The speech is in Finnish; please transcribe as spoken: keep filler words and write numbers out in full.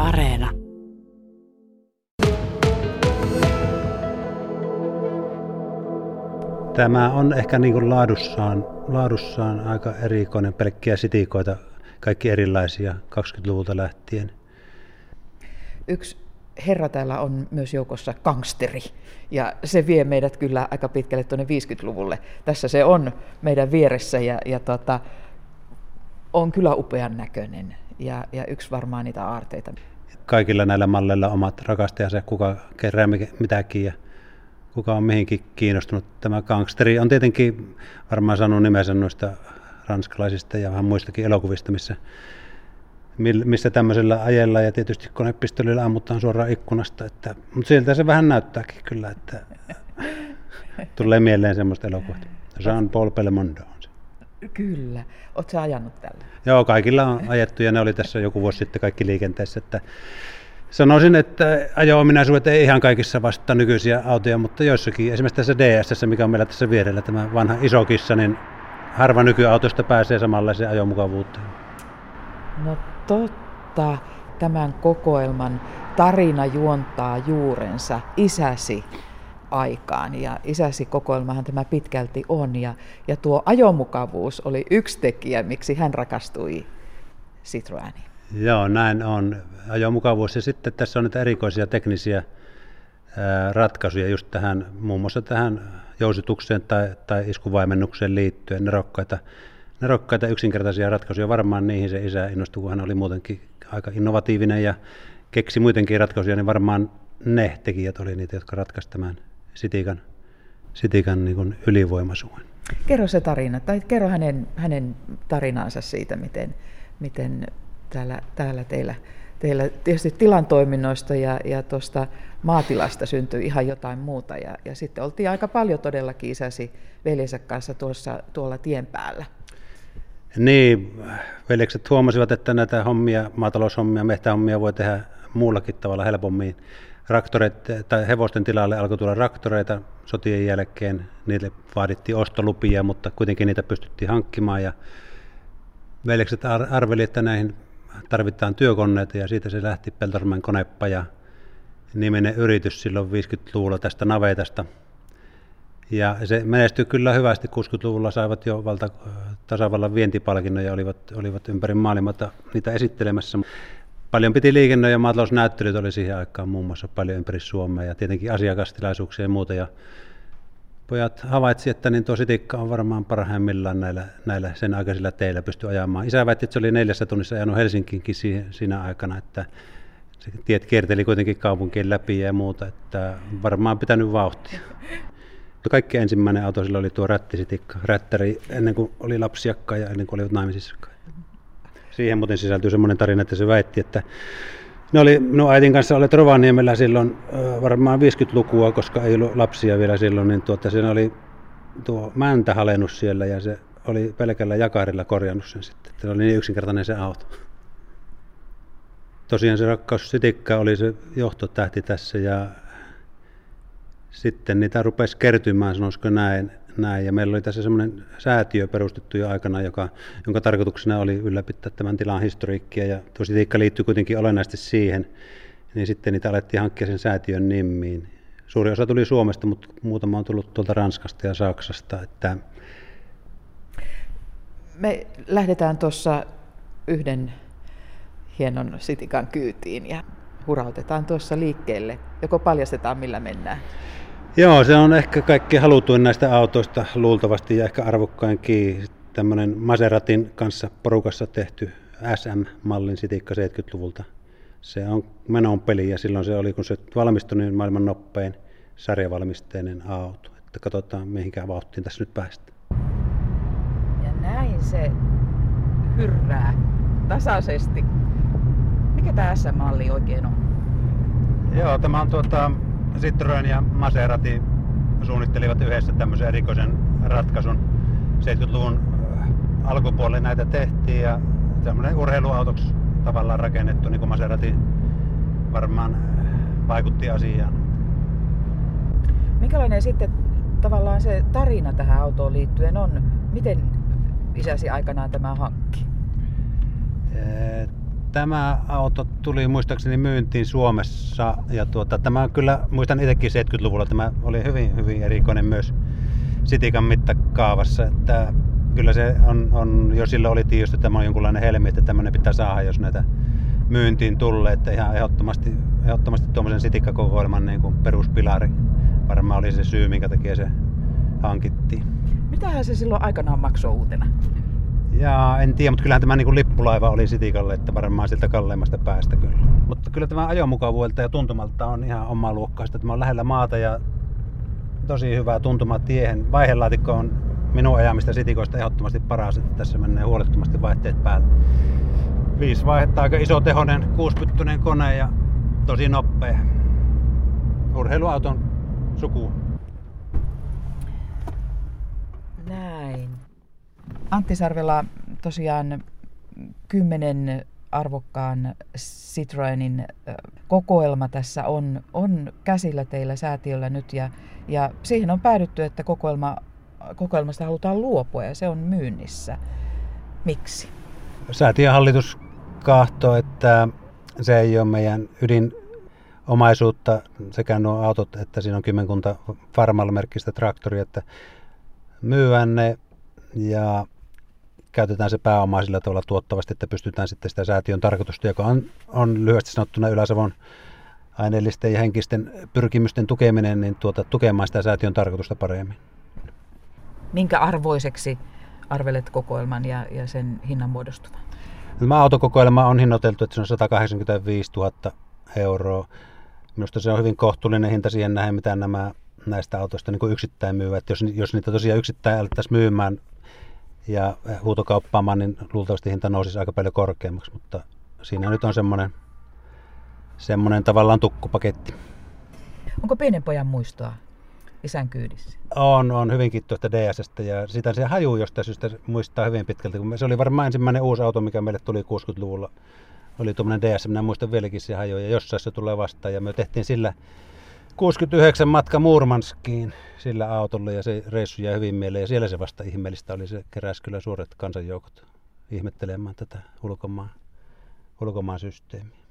Areena. Tämä on ehkä niin kuin laadussaan, laadussaan aika erikoinen, pelkkiä sitikoita, kaikki erilaisia kaksikymmentäluvulta lähtien. Yksi herra täällä on myös joukossa gangsteri, ja se vie meidät kyllä aika pitkälle tuonne viisikymmentäluvulle. Tässä se on meidän vieressä ja, ja tota, on kyllä upean näköinen ja, ja yksi varmaan niitä aarteita. Kaikilla näillä malleilla omat rakastajansa, kuka kerää mitäkin ja kuka on mihinkin kiinnostunut. Tämä gangsteri on tietenkin varmaan saanut nimensä noista ranskalaisista ja vähän muistakin elokuvista, missä, missä tämmöisellä ajella ja tietysti konepistolilla ammutaan suoraan ikkunasta. Että, mutta sieltä se vähän näyttääkin kyllä, että tulee mieleen semmoista elokuvat. Jean-Paul Belmondo on se. Kyllä. Oletko sä ajanut tällä? Joo, kaikilla on ajettu ja ne oli tässä joku vuosi sitten kaikki liikenteessä. Että sanoisin, että ajo-ominaisuudet ei ihan kaikissa vastaa nykyisiä autoja, mutta joissakin, esimerkiksi tässä D S, mikä on meillä tässä vierellä, tämä vanha iso kissa, niin harva nykyautosta pääsee samanlaiseen ajomukavuuteen. No totta, tämän kokoelman tarina juontaa juurensa isäsi aikaan, ja isäsi kokoelmahan tämä pitkälti on, ja, ja tuo ajomukavuus oli yksi tekijä, miksi hän rakastui Citroeniin. Joo, näin on. Ajomukavuus, ja sitten tässä on nyt erikoisia teknisiä ää, ratkaisuja just tähän, muun muassa tähän jousitukseen tai, tai iskuvaimennukseen liittyen, nerokkaita, nerokkaita yksinkertaisia ratkaisuja. Varmaan niihin se isä innostui, kun hän oli muutenkin aika innovatiivinen ja keksi muidenkin ratkaisuja, niin varmaan ne tekijät oli niitä, jotka ratkaisivat tämän sitikan, sitikan niin kuin ylivoimaisuuden. Kerro se tarina, tai kerro hänen, hänen tarinaansa siitä, miten, miten täällä, täällä teillä, teillä tietysti tilantoiminnoista ja, ja tuosta maatilasta syntyi ihan jotain muuta. Ja, ja sitten oltiin aika paljon todellakin isäsi veljensä kanssa tuossa, tuolla tien päällä. Niin, veljekset huomasivat, että näitä hommia, maataloushommia, mehtähommia voi tehdä muullakin tavalla helpommin. Traktoreet, tai hevosten tilalle alkoi tulla traktoreita sotien jälkeen. Niille vaadittiin ostolupia, mutta kuitenkin niitä pystyttiin hankkimaan. Ja veljekset arveli, että näihin tarvitaan työkoneita, ja siitä se lähti Peltosalmen konepaja niminen yritys silloin viisikymmentäluvulla tästä navetasta. Ja se menestyi kyllä hyvästi. kuusikymmentäluvulla saivat jo valta, tasavallan vientipalkinnon ja olivat, olivat ympäri maailmata niitä esittelemässä. Paljon piti liikenne- ja maatalousnäyttelyt oli siihen aikaan muun muassa paljon ympäri Suomea ja tietenkin asiakastilaisuuksia ja muuta. Ja pojat havaitsi, että niin tuo sitikka on varmaan parhaimmillaan näillä, näillä sen aikaisilla teillä pysty ajamaan. Isä väitti, että se oli neljässä tunnissa ajanut Helsinkiinkin siinä aikana, että se tiet kierteli kuitenkin kaupunkien läpi ja muuta, että varmaan pitänyt vauhtia. Kaikki ensimmäinen auto sillä oli tuo rättisitikka, rättäri ennen kuin oli lapsiakkaan ja ennen kuin olivat naimisissakaan. Siihen muuten sisältyy semmoinen tarina, että se väitti, että ne oli minun äitin kanssa olleet Rovaniemellä silloin varmaan viisikymmentälukua, koska ei ollut lapsia vielä silloin, niin tuota, siinä oli tuo mäntä halennut siellä ja se oli pelkällä jakarilla korjannut sen sitten. Se oli niin yksinkertainen se auto. Tosiaan se rakkaussitikka oli se johtotähti tässä ja sitten niitä rupesi kertymään, sanoisiko näin. Näin. Ja meillä oli tässä semmoinen säätiö perustettu jo aikana, joka, jonka tarkoituksena oli ylläpitää tämän tilan historiikkia. Ja tuo sitikka liittyy kuitenkin olennaisesti siihen, niin sitten niitä alettiin hankkia sen säätiön nimiin. Suuri osa tuli Suomesta, mutta muutama on tullut tuolta Ranskasta ja Saksasta. Että me lähdetään tuossa yhden hienon sitikan kyytiin ja hurautetaan tuossa liikkeelle. Joko paljastetaan, millä mennään? Joo, se on ehkä kaikkein halutuin näistä autoista luultavasti ja ehkä arvokkainkin. Tämmöinen Maseratin kanssa porukassa tehty S M-mallin sitikka seitsemänkymmentäluvulta. Se on menon peli ja silloin se oli, kun se valmistui, niin maailman nopein sarjavalmisteinen auto. Että katsotaan, mihinkään vauhtiin tässä nyt päästään. Ja näin se hyrrää tasaisesti. Mikä tämä S M-malli oikein on? Joo, tämä on tuota... Citroen ja Maserati suunnittelivat yhdessä tämmöisen erikoisen ratkaisun. seitsemänkymmentäluvun alkupuolella näitä tehtiin ja tämmöinen urheiluautoksi tavallaan rakennettu, niin kuin Maserati varmaan vaikutti asiaan. Minkälainen sitten tavallaan se tarina tähän autoon liittyen on? Miten isäsi aikanaan tämä hankki? Tämä auto tuli muistaakseni myyntiin Suomessa ja tuota, tämä kyllä, muistan itsekin seitsemänkymmentäluvulla, tämä oli hyvin, hyvin erikoinen myös Citikan mittakaavassa, että kyllä se on, on jo silloin oli tiedossa, että tämä on jonkunlainen helmi, että tämmöinen pitää saada, jos näitä myyntiin tulee, että ihan ehdottomasti, ehdottomasti tuommoisen Citicca-kokoelman niin kuin peruspilari varmaan oli se syy, minkä takia se hankittiin. Mitähän se silloin aikanaan maksoi uutena? Ja en tiedä, mutta kyllähän tämä niin kuin lippulaiva oli Citicalle, että varmaan siltä kalleimmasta päästä kyllä. Mutta kyllä tämä ajomukavuudelta ja tuntumalta on ihan omaa luokkaista. Tämä on lähellä maata ja tosi hyvää tuntumaa tiehen. Vaihelaatikko on minun ajamista Citicoista ehdottomasti paras, että tässä menee huolettomasti vaihteet päälle. Viisi vaihetta, aika iso tehoinen, kuuspyttyinen kone ja tosi nopea. Urheiluauton suku. Näin. Antti Sarvela, tosiaan kymmenen arvokkaan Citroenin kokoelma tässä on, on käsillä teillä säätiöllä nyt ja, ja siihen on päädytty, että kokoelma, kokoelmasta halutaan luopua ja se on myynnissä. Miksi? Säätiön hallitus kahtoo, että se ei ole meidän ydinomaisuutta sekä nuo autot, että siinä on kymmenkunta Farmal-merkkistä traktoria, että myyään ne ja käytetään se pääomaa sillä tavalla tuottavasti, että pystytään sitten sitä säätiön tarkoitusta, joka on, on lyhyesti sanottuna Ylä-Savon aineellisten ja henkisten pyrkimysten tukeminen, niin tuota, tukemaan sitä säätiön tarkoitusta paremmin. Minkä arvoiseksi arvelet kokoelman ja, ja sen hinnan muodostuvan? Tämä autokokoelma on hinnoiteltu, että se on sata kahdeksankymmentäviisituhatta euroa. Minusta se on hyvin kohtuullinen hinta siihen nähden, mitä nämä näistä autoista niin kuin yksittäin myyvät. Jos, jos niitä tosiaan yksittäin alettaisiin myymään ja huutokauppaamaan, niin luultavasti hinta nousisi aika paljon korkeammaksi, mutta siinä nyt on semmoinen, semmoinen tavallaan tukkupaketti. Onko pienen pojan muistoa isän kyydissä? On, on hyvinkin tuosta D S:stä ja sitä se haju jostain syystä muistaa hyvin pitkälti. Se oli varmaan ensimmäinen uusi auto, mikä meille tuli kuusikymmentäluvulla. Oli tuommoinen D S, minä muistan vieläkin se haju ja jossain se tulee vastaan ja me tehtiin sillä kuusikymmentäyhdeksän matka Murmanskiin sillä autolla ja se reissu jäi hyvin mieleen ja siellä se vasta ihmeellistä oli, se keräsi kyllä suuret kansanjoukot ihmettelemään tätä ulkomaan, ulkomaan systeemiä.